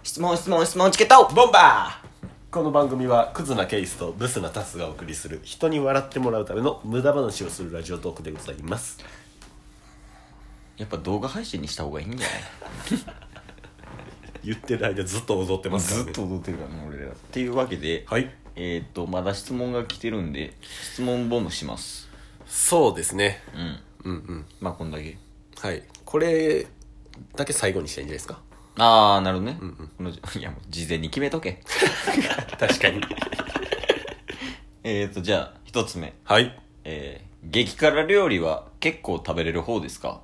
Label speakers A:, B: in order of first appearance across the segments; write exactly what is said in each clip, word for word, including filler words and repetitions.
A: 質問質問質問チケット
B: ボンバー。この番組はクズなケイスとブスなタスがお送りする人に笑ってもらうための無駄話をするラジオトークでございます。
A: やっぱ動画配信にした方がいいんじゃない
B: 言ってる間ずっと踊ってますからね。
A: ずっと踊ってるからね俺らっていうわけで、
B: はい、
A: えーっとまだ質問が来てるんで質問ボムします。
B: そうですね。
A: うん
B: うんうん。
A: まあこんだけ。
B: はい、これだけ最後にしたいんじゃないですか。
A: ああなるほどね、
B: うんうん、
A: このいやもう事前に決めとけ
B: 確かに
A: えーっとじゃあ一つ目、
B: はい、
A: えー、激辛料理は結構食べれる方ですか？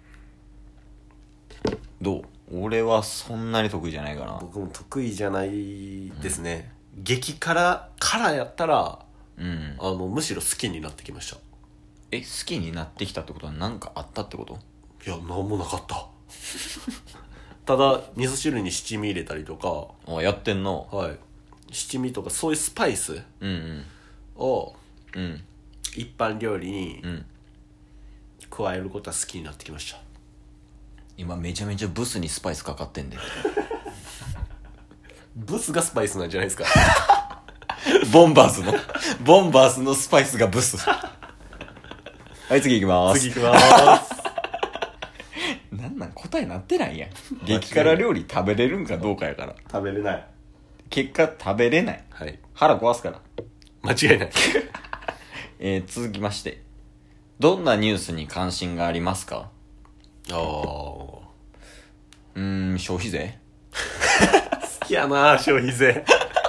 A: どう？俺はそんなに得意じゃないかな。
B: 僕も得意じゃないですね、うん、激辛辛やったら、
A: うん、
B: あのむしろ好きになってきました。
A: え、好きになってきたってことは何かあったってこと？
B: いや、なんもなかったただ味噌汁に七味入れたりとか、
A: あ、やってんな。
B: はい、七味とかそういうスパイス
A: うん
B: を
A: うんうん
B: 一般料理に
A: うん
B: 加えることは好きになってきました。
A: 今めちゃめちゃブスにスパイスかかってんで
B: ブスがスパイスなんじゃないですか
A: ボンバーズのボンバーズのスパイスがブスはい次行きまーす。
B: 次行きまーす
A: なんなん答えなってないやん激辛料理食べれるんかどうかやから。
B: 食べれない。
A: 結果食べれない。
B: はい、
A: 腹壊すから
B: 間違いない
A: えー、続きまして、どんなニュースに関心がありますか？
B: あー
A: うーん、消費税
B: 好きやな消費税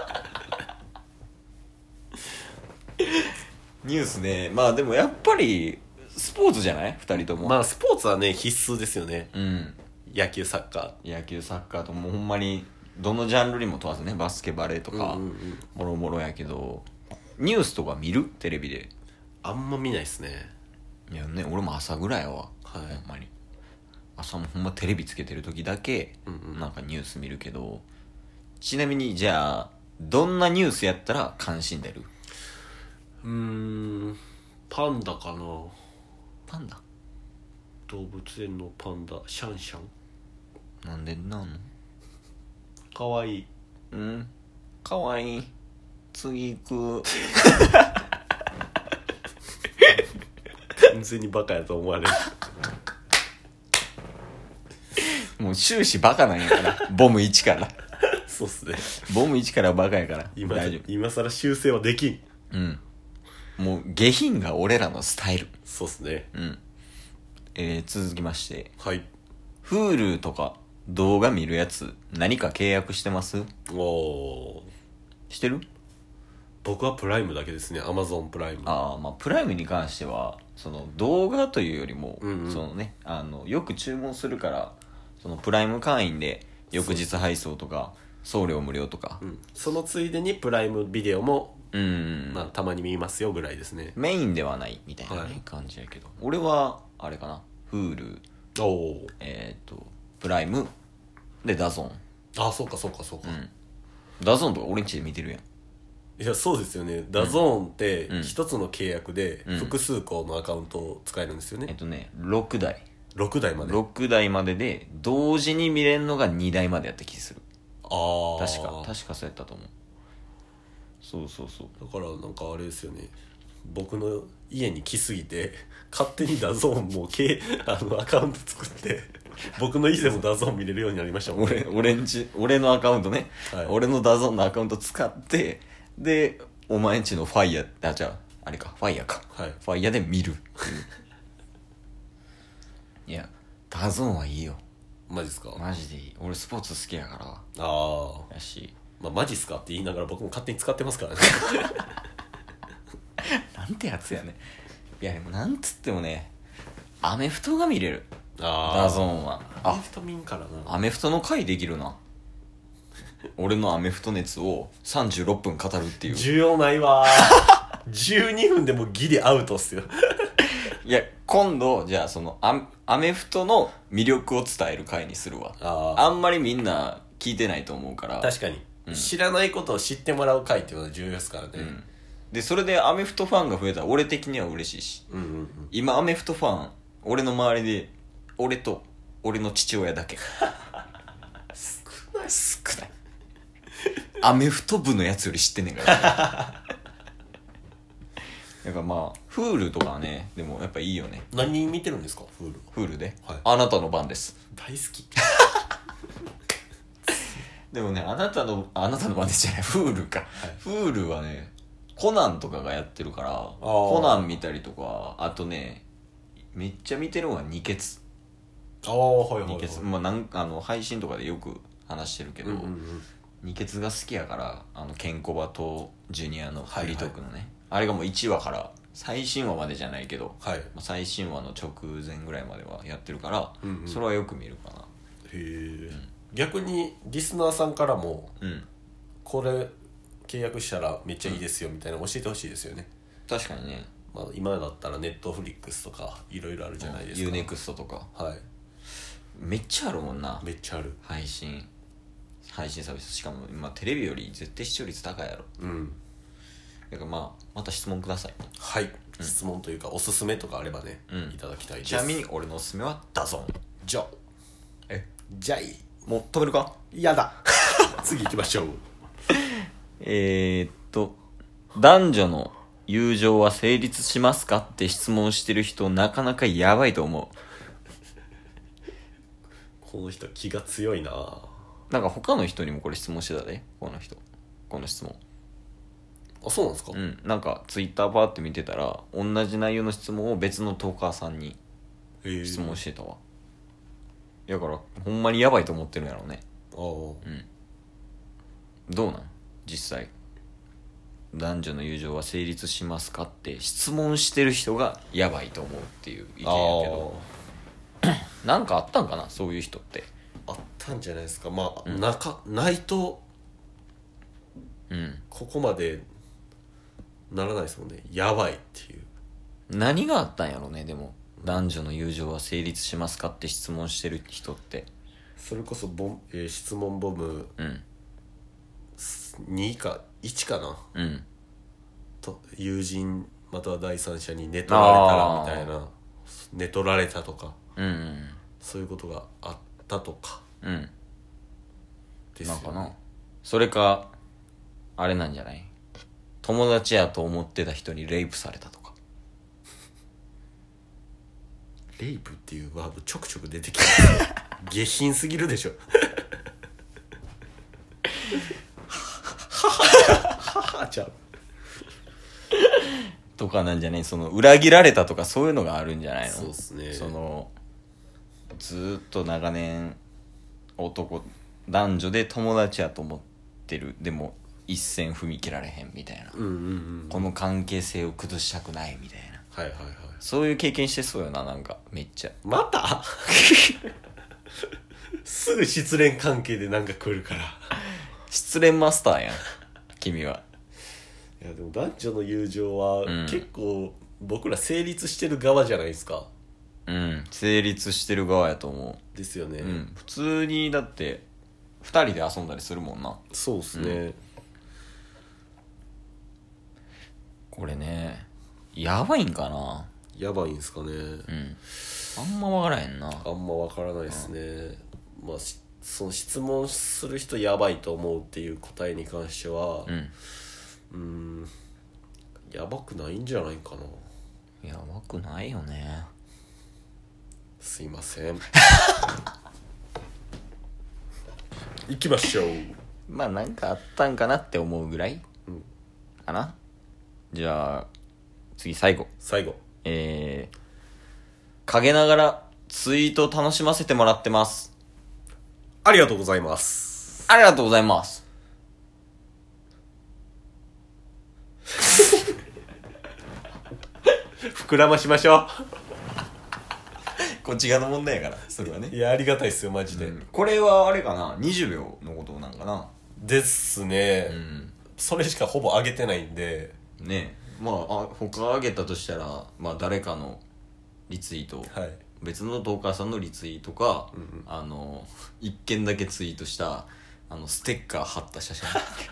A: ニュースね。まあでもやっぱりスポーツじゃない？二人とも。
B: まあスポーツはね必須ですよね。
A: うん。
B: 野球サッカ
A: 野球サッカーともうほんまにどのジャンルにも問わずね、バスケバレーとか、
B: ー、うんうんうん、
A: もろもろやけど、ニュースとか見る？テレビで。
B: あんま見ないっすね。
A: いやね、俺も朝ぐらいは、
B: はい、
A: ほんまに朝もほんまテレビつけてる時だけ、
B: うんうん、
A: なんかニュース見るけど。ちなみにじゃあどんなニュースやったら関心出る？
B: うーん、パンダかな。
A: パンダ？
B: 動物園のパンダシャンシャン。
A: なんでなんの？
B: かわいい。
A: うん、かわいい。次行く
B: 完全にバカやと思われる
A: もう終始バカなんやからボムいちから
B: そうっすね。
A: ボムいちからバカやから
B: 今
A: 大丈夫。
B: 今更修正はできん。
A: うん、もう下品が俺らのスタイル。
B: そうっすね。
A: うん。えー、続きまして、
B: はい。
A: Hulu とか動画見るやつ何か契約してます？
B: おー、
A: してる？
B: 僕はプライムだけですね。 Amazon プライム。
A: ああ、まあプライムに関してはその動画というよりも、
B: うんうん、
A: そのね、あのよく注文するからそのプライム会員で翌日配送とか送料無料とか、
B: うん、そのついでにプライムビデオも、
A: うん、
B: まあ、たまに見ますよぐらいですね。
A: メインではないみたいな、ね、
B: はい、
A: 感じやけど、俺はあれかな、 Hulu、
B: おお、
A: えっ、ー、とプライムでダゾーン。
B: あ、そうかそうかそうか、
A: うん、ダゾーンとか俺んちで見てるやん。
B: いやそうですよね。ダゾーンって
A: うん
B: 一つの契約で
A: うん
B: 複数個のアカウントを使えるんですよね、
A: えっとねろくだい
B: ろくだいまで。
A: ろくだいまでで同時に見れるのがにだいまでやった気する。
B: ああ、
A: 確か確かそうやったと思う。そうそうそう。
B: だからなんかあれですよね、僕の家に来すぎて勝手にダゾーンもけあのアカウント作って僕の家でもダゾーン見れるようになりましたもんね。
A: 俺俺んち俺のアカウントね、
B: はい、
A: 俺のダゾーンのアカウント使ってでお前んちのファイヤーあじゃああれかファイヤーか、
B: はい、
A: ファイヤーで見るいやダゾーンはいいよ。
B: マジっすか。
A: マジでいい。俺スポーツ好きやから
B: ああ、
A: やし、
B: まあ、マジっすかって言いながら僕も勝手に使ってますからね
A: なんてやつやね。いやでもなんつってもね、アメフトが見れる。
B: あ
A: ダゾーンは
B: アメフト見んからな。
A: アメフトの回できるな俺のアメフト熱をさんじゅうろっぷん語るっていう。
B: 需要ないわじゅうにふんでもギリアウトっすよ
A: いや今度じゃあそのアアメフトの魅力を伝える回にするわ。
B: あ
A: あんまりみんな聞いてないと思うから
B: 確かに、
A: うん、
B: 知らないことを知ってもらう回っていうのは重要ですからね、
A: うん、でそれでアメフトファンが増えたら俺的には嬉しいし、
B: うんうんうん、
A: 今アメフトファン俺の周りで俺と俺の父親だけ
B: 少ない
A: 少ないアメフト部のやつより知ってんねんからだからまあ Hulu とかはねでもやっぱいいよね。
B: 何見てるんですか Hulu。
A: Hulu で、
B: はい、
A: あなたの番です。
B: 大好き
A: でもねあなたのあなたの番ですじゃない Hulu か、はい、Hulu はねコナンとかがやってるからコナン見たりとか、あとねめっちゃ見てるのが二血。
B: ああはいはい、はい、
A: 二血、まあ、なんかあの配信とかでよく話してるけど、うんうんうん、二血が好きやからあのケンコバとジュニアのフリートークのね、はいはい、あれがもういちわから最新話までじゃないけど、はい、最新話の直前ぐらいまではやってるから、うんうん、それはよく見るかな。へ
B: え、うん、逆にリスナーさんからも、うん、これ契約したらめっちゃいいですよみたいなの教えてほしいですよね。
A: 確かにね、
B: まあ、今だったらネットフリックスとかいろいろあるじゃないですか、
A: ユーネクストとか、はい、めっちゃあるもんな。
B: めっちゃある
A: 配信配信サービス。しかも今テレビより絶対視聴率高いやろ。うんだからまあまた質問ください。
B: はい、うん、質問というかおすすめとかあればね、うん、いただきたいです。
A: ちなみに俺のおすすめはダゾーン。
B: じゃあ
A: え
B: じゃあいい
A: もう止めるか。
B: やだ次行きましょう
A: えーっと男女の友情は成立しますかって質問してる人なかなかやばいと思う。
B: この人気が強いな。
A: なんか他の人にもこれ質問してたで、この人この質問。
B: あ、そうなんですか。
A: うん、なんかツイッターバーって見てたら同じ内容の質問を別のトーカーさんに質問してたわ。だからほんまにやばいと思ってるんやろうね。ああ、うん。どうなん実際男女の友情は成立しますかって質問してる人がやばいと思うっていう意見やけどなんかあったんかなそういう人って。
B: あったんじゃないですか。まあ、うん、なかないと、うん、ここまでならないですもんね。やばいっていう。
A: 何があったんやろね。でも男女の友情は成立しますかって質問してる人って。
B: それこそボン、えー、質問ボム、うん、にかいちかな、うん、と友人または第三者に寝取られたらみたいな、寝取られたとか、うんうん、そういうことがあったとか、うん、
A: ですよね。なんかなそれかあれなんじゃない、友達やと思ってた人にレイプされたとか。
B: レイプっていうワードちょくちょく出てきて下品すぎるでしょ母ちゃん
A: とかなんじゃない、その裏切られたとかそういうのがあるんじゃないの。
B: そうっすね。
A: そのずっと長年男男女で友達やと思ってる、でも一線踏み切られへんみたいな、うんうんうん、この関係性を崩したくないみたいな、はいはいはい、そういう経験してそうよな。なんかめっちゃ
B: またすぐ失恋関係でなんか来るから
A: 失恋マスターやん君は。
B: いやでも男女の友情は結構僕ら成立してる側じゃないですか。
A: うん、成立してる側やと思
B: う。ですよね、
A: うん、普通にだってふたりで遊んだりするもんな。
B: そうっすね、うん、
A: これねやばいんかな。
B: やばいんすかね。うん 、
A: あんま分からへんな。
B: あんま分からないですね、うん、まあその質問する人やばいと思うっていう答えに関しては、うん、うーんやばくないんじゃないかな。
A: やばくないよね。
B: すいません行きましょう。
A: まあなんかあったんかなって思うぐらい、うん、かな。じゃあ次最後
B: 最後
A: えー陰ながらツイート楽しませてもらってます。
B: ありがとうございます。
A: ありがとうございます
B: 膨らましましょう
A: こっち側の問題やからそれはね。
B: いやありがたいっすよマジで、うん、
A: これはあれかなにじゅうびょうのことなんかな。
B: ですね、うん、それしかほぼ上げてないんで
A: ね。まあ、あ他上げたとしたら、まあ、誰かのリツイート、はい、別のトーカーさんのリツイートか、うんうん、あの一件だけツイートしたあのステッカー貼った写真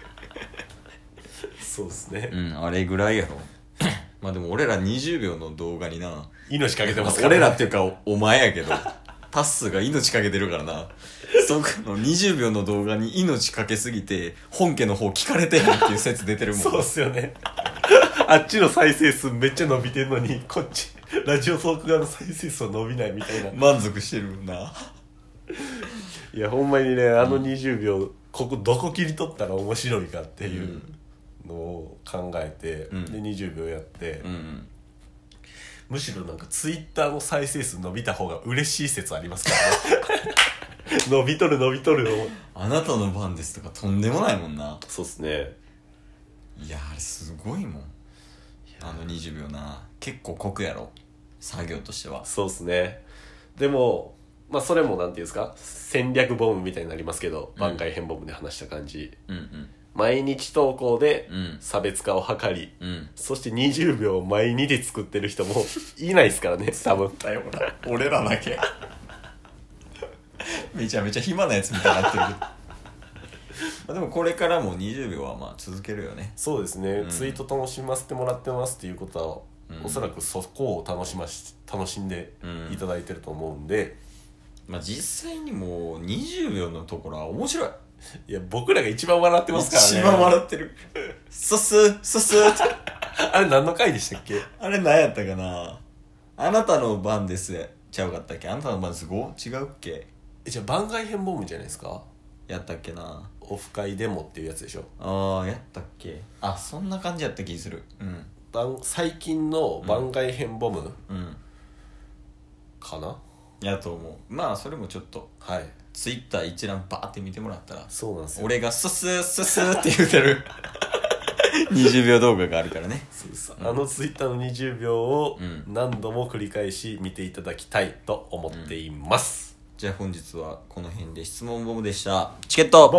B: そうっすね、
A: うん、あれぐらいやろまあでも俺らにじゅうびょうの動画にな
B: 命かけてますから、ね、
A: 俺らっていうか お, お前やけどタッスが命かけてるからなそこのにじゅうびょうの動画に命かけすぎて本家の方聞かれてへんっていう説出てるもん。
B: そうっすよね。あっちの再生数めっちゃ伸びてんのにこっちラジオトーク側の再生数は伸びないみたいな。
A: 満足してるもんな。
B: いやほんまにね、あのにじゅうびょう、うん、ここどこ切り取ったら面白いかっていうのを考えて、うん、でにじゅうびょうやって、うんうん、むしろなんかツイッターの再生数伸びた方が嬉しい説ありますからね。伸びとる伸びとるの
A: あなたの番ですとかとんでもないもんな。
B: そうっすね。
A: いやあれすごいもん、あのにじゅうびょうな。結構酷やろ作業としては。
B: そうっすね。でもまあそれもなんていうんですか、戦略ボムみたいになりますけど、うん、番外編ボムで話した感じ、うんうん、毎日投稿で差別化を図り、うん、そしてにじゅうびょう毎日で作ってる人もいないですからね多分。
A: だよ俺らだけめちゃめちゃ暇なやつみたいになってるけどまあでもこれからもにじゅうびょうはまあ続けるよね。
B: そうですね、うん、ツイート楽しませてもらってますっていうことは、うん、おそらくそこを楽しまし楽しんでいただいてると思うんで、
A: うん、まあ実際にもうにじゅうびょうのところは面白い。
B: いや僕らが一番笑ってますからね。
A: 一番笑ってるそすそす
B: あれ何の回でしたっけ。
A: あれ何やったかな。あなたの番ですちゃうかったっけ。あなたの番です ご 違うっけ。
B: えじゃあ番外編ボムじゃないですか。
A: やったっけな。
B: オフ会デモっていうやつでしょ。
A: ああやったっけ。あそんな感じやった気する。うん
B: 番最近の番外編ボム、うん、うん、かな
A: やと思う。まあそれもちょっと
B: はい
A: ツイッター一覧バーって見てもらったら、
B: そうなんですよ、
A: 俺がススススって言うてるにじゅうびょう動画があるからね。
B: そうです、うん、あのツイッターのにじゅうびょうを何度も繰り返し見ていただきたいと思っています、
A: うん、じゃあ本日はこの辺で質問ボムでした。チケット